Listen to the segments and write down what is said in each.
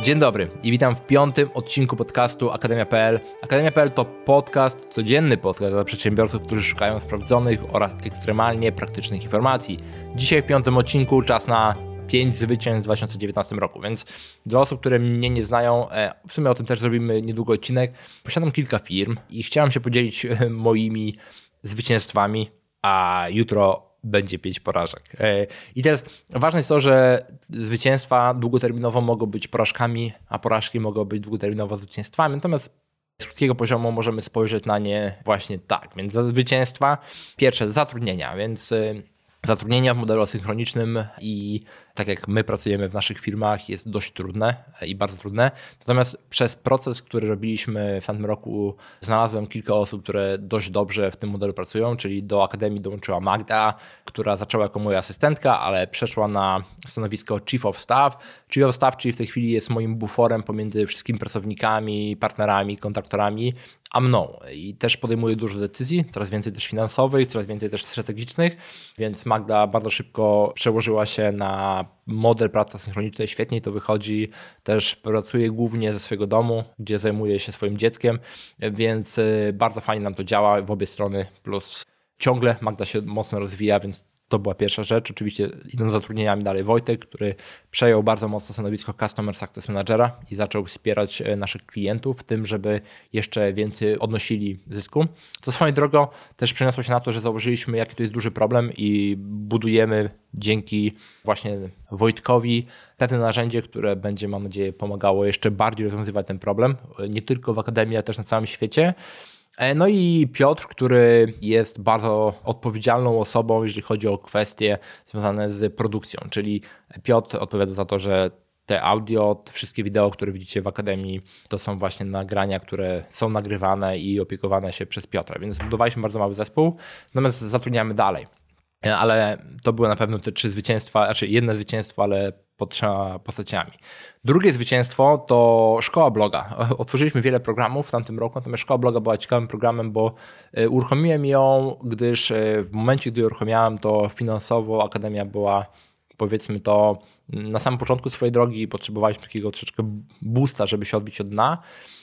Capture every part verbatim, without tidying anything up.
Dzień dobry i witam w piątym odcinku podcastu Akademia kropka p l. Akademia kropka p l to podcast, codzienny podcast dla przedsiębiorców, którzy szukają sprawdzonych oraz ekstremalnie praktycznych informacji. Dzisiaj w piątym odcinku czas na pięć zwycięstw w dwa tysiące dziewiętnastym roku, więc dla osób, które mnie nie znają, w sumie o tym też zrobimy niedługo odcinek, posiadam kilka firm i chciałem się podzielić moimi zwycięstwami, a jutro będzie pięć porażek. I teraz ważne jest to, że zwycięstwa długoterminowo mogą być porażkami, a porażki mogą być długoterminowo zwycięstwami. Natomiast z krótkiego poziomu możemy spojrzeć na nie właśnie tak. Więc za zwycięstwa pierwsze zatrudnienia, więc zatrudnienia w modelu asynchronicznym i tak jak my pracujemy w naszych firmach jest dość trudne i bardzo trudne. Natomiast przez proces, który robiliśmy w tamtym roku znalazłem kilka osób, które dość dobrze w tym modelu pracują, czyli do Akademii dołączyła Magda, która zaczęła jako moja asystentka, ale przeszła na stanowisko Chief of Staff. Chief of Staff, czyli w tej chwili jest moim buforem pomiędzy wszystkimi pracownikami, partnerami, kontraktorami, a mną. I też podejmuje dużo decyzji, coraz więcej też finansowych, coraz więcej też strategicznych, więc Magda bardzo szybko przełożyła się na model pracy asynchronicznej, świetnie to wychodzi, też pracuje głównie ze swojego domu, gdzie zajmuje się swoim dzieckiem, więc bardzo fajnie nam to działa w obie strony, plus ciągle Magda się mocno rozwija, więc to była pierwsza rzecz. Oczywiście idą zatrudnieniami dalej Wojtek, który przejął bardzo mocno stanowisko Customer Success Managera i zaczął wspierać naszych klientów w tym, żeby jeszcze więcej odnosili zysku. To swoją drogą też przeniosło się na to, że zauważyliśmy, jaki to jest duży problem i budujemy dzięki właśnie Wojtkowi pewne narzędzie, które będzie, mam nadzieję, pomagało jeszcze bardziej rozwiązywać ten problem, nie tylko w Akademii, ale też na całym świecie. No i Piotr, który jest bardzo odpowiedzialną osobą, jeżeli chodzi o kwestie związane z produkcją, czyli Piotr odpowiada za to, że te audio, te wszystkie wideo, które widzicie w Akademii, to są właśnie nagrania, które są nagrywane i opiekowane się przez Piotra, więc zbudowaliśmy bardzo mały zespół, natomiast zatrudniamy dalej. Ale to były na pewno te trzy zwycięstwa, znaczy jedno zwycięstwo, ale pod trzema postaciami. Drugie zwycięstwo to Szkoła Bloga. Otworzyliśmy wiele programów w tamtym roku, natomiast Szkoła Bloga była ciekawym programem, bo uruchomiłem ją, gdyż w momencie, gdy uruchomiałem, to finansowo Akademia była, powiedzmy to, na samym początku swojej drogi i potrzebowaliśmy takiego troszeczkę boosta, żeby się odbić od dna.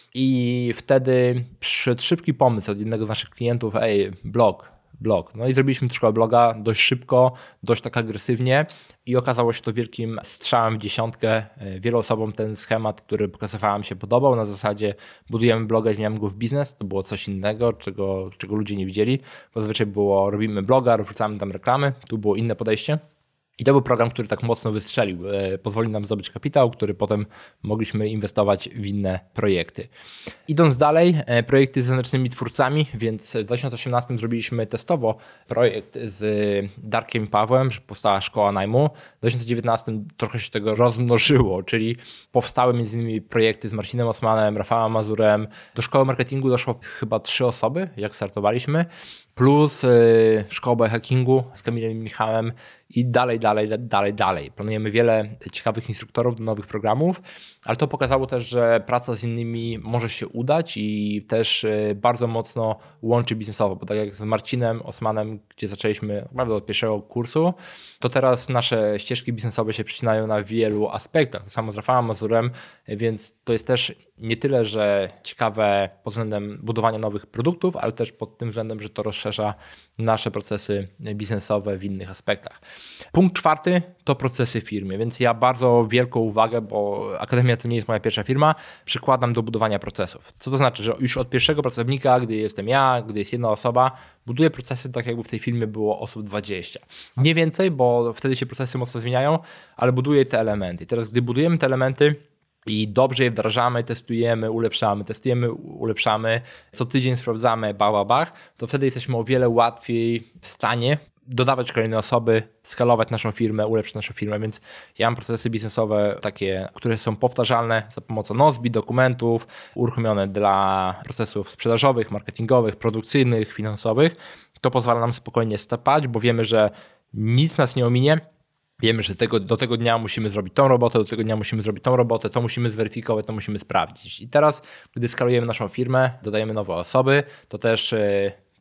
I wtedy przyszedł szybki pomysł od jednego z naszych klientów, ej, blog, blog. No i zrobiliśmy szkołę bloga dość szybko, dość tak agresywnie i okazało się to wielkim strzałem w dziesiątkę. Wielu osobom ten schemat, który pokazywałem, się podobał. Na zasadzie budujemy bloga i zmieniamy go w biznes. To było coś innego, czego, czego ludzie nie widzieli. Bo zazwyczaj było, robimy bloga, wrzucamy tam reklamy. Tu było inne podejście. I to był program, który tak mocno wystrzelił. Pozwolił nam zdobyć kapitał, który potem mogliśmy inwestować w inne projekty. Idąc dalej, projekty z zewnętrznymi twórcami, więc w dwa tysiące osiemnastym zrobiliśmy testowo projekt z Darkiem i Pawłem, że powstała Szkoła Najmu. W dwa tysiące dziewiętnastym trochę się tego rozmnożyło, czyli powstały między innymi projekty z Marcinem Osmanem, Rafałem Mazurem. Do szkoły marketingu doszło chyba trzy osoby, jak startowaliśmy, plus y, szkoła biohackingu z Kamilem i Michałem i dalej, dalej, dalej, dalej. Planujemy wiele ciekawych instruktorów do nowych programów, ale to pokazało też, że praca z innymi może się udać i też y, bardzo mocno łączy biznesowo, bo tak jak z Marcinem Osmanem, gdzie zaczęliśmy naprawdę od pierwszego kursu, to teraz nasze ścieżki biznesowe się przecinają na wielu aspektach. To samo z Rafałem Mazurem, więc to jest też nie tyle, że ciekawe pod względem budowania nowych produktów, ale też pod tym względem, że to rozszerza nasze procesy biznesowe w innych aspektach. Punkt czwarty to procesy w firmie, więc ja bardzo wielką uwagę, bo Akademia to nie jest moja pierwsza firma, przykładam do budowania procesów. Co to znaczy, że już od pierwszego pracownika, gdy jestem ja, gdy jest jedna osoba, buduję procesy tak, jakby w tej firmie było osób dwadzieścia. Nie więcej, bo wtedy się procesy mocno zmieniają, ale buduję te elementy. Teraz, gdy budujemy te elementy i dobrze je wdrażamy, testujemy, ulepszamy, testujemy, ulepszamy, co tydzień sprawdzamy, bach, bach, to wtedy jesteśmy o wiele łatwiej w stanie dodawać kolejne osoby, skalować naszą firmę, ulepszyć naszą firmę, więc ja mam procesy biznesowe takie, które są powtarzalne za pomocą Nozbi, dokumentów, uruchomione dla procesów sprzedażowych, marketingowych, produkcyjnych, finansowych. To pozwala nam spokojnie stepać, bo wiemy, że nic nas nie ominie. Wiemy, że tego, do tego dnia musimy zrobić tą robotę, do tego dnia musimy zrobić tą robotę, to musimy zweryfikować, to musimy sprawdzić. I teraz, gdy skalujemy naszą firmę, dodajemy nowe osoby, to też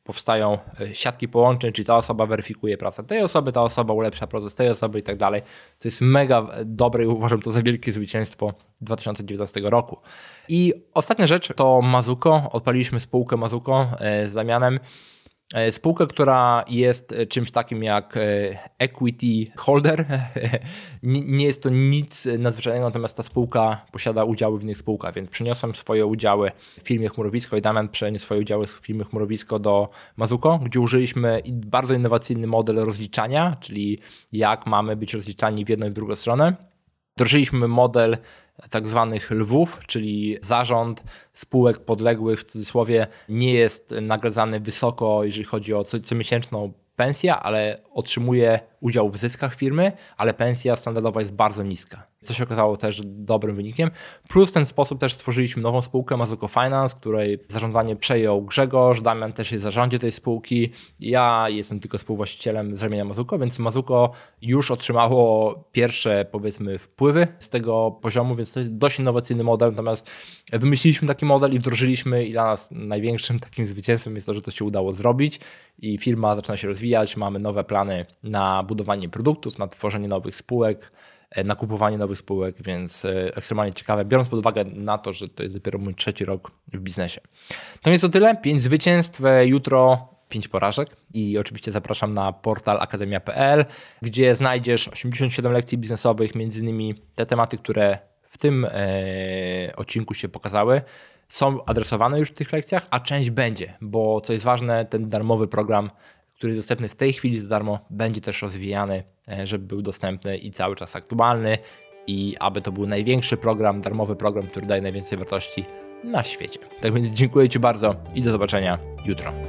powstają siatki połączeń, czyli ta osoba weryfikuje pracę tej osoby, ta osoba ulepsza proces tej osoby i tak dalej, co jest mega dobre i uważam to za wielkie zwycięstwo dwa tysiące dziewiętnastego roku. I ostatnia rzecz to Mazuko. Odpaliliśmy spółkę Mazuko z Damianem. Spółkę, która jest czymś takim jak equity holder. Nie jest to nic nadzwyczajnego, natomiast ta spółka posiada udziały w innych spółkach, więc przeniosłem swoje udziały w firmie Chmurowisko i Damian przeniósł swoje udziały w firmie Chmurowisko do Mazuko, gdzie użyliśmy bardzo innowacyjny model rozliczania, czyli jak mamy być rozliczani w jedną i w drugą stronę. Wdrożyliśmy model tak zwanych lwów, czyli zarząd spółek podległych w cudzysłowie nie jest nagradzany wysoko, jeżeli chodzi o co, comiesięczną pensję, ale otrzymuje udział w zyskach firmy, ale pensja standardowa jest bardzo niska, co się okazało też dobrym wynikiem. Plus w ten sposób też stworzyliśmy nową spółkę Mazuko Finance, której zarządzanie przejął Grzegorz, Damian też jest w zarządzie tej spółki, ja jestem tylko współwłaścicielem z ramienia Mazuko, więc Mazuko już otrzymało pierwsze powiedzmy wpływy z tego poziomu, więc to jest dość innowacyjny model, natomiast wymyśliliśmy taki model i wdrożyliśmy i dla nas największym takim zwycięstwem jest to, że to się udało zrobić i firma zaczyna się rozwijać, mamy nowe plany na budowanie produktów, na tworzenie nowych spółek, na kupowanie nowych spółek, więc ekstremalnie ciekawe, biorąc pod uwagę na to, że to jest dopiero mój trzeci rok w biznesie. To jest to tyle, pięć zwycięstw, jutro pięć porażek i oczywiście zapraszam na portal akademia kropka p l, gdzie znajdziesz osiemdziesiąt siedem lekcji biznesowych, między innymi te tematy, które w tym e, odcinku się pokazały, są adresowane już w tych lekcjach, a część będzie, bo co jest ważne, ten darmowy program, który jest dostępny w tej chwili za darmo, będzie też rozwijany, żeby był dostępny i cały czas aktualny i aby to był największy program, darmowy program, który daje najwięcej wartości na świecie. Tak więc dziękuję Ci bardzo i do zobaczenia jutro.